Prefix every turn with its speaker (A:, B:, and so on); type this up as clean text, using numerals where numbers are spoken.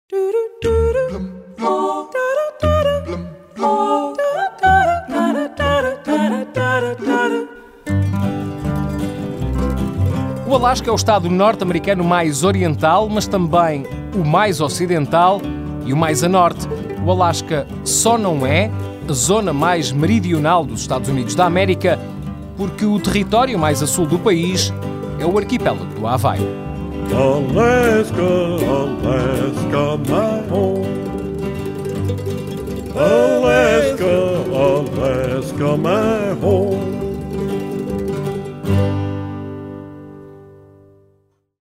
A: O Alasca é o estado norte-americano mais oriental, mas também o mais ocidental e o mais a norte. O Alasca só não é a zona mais meridional dos Estados Unidos da América, porque o território mais a sul do país é o arquipélago do Havaí.
B: Alaska, Alaska, my home. Alaska, Alaska, my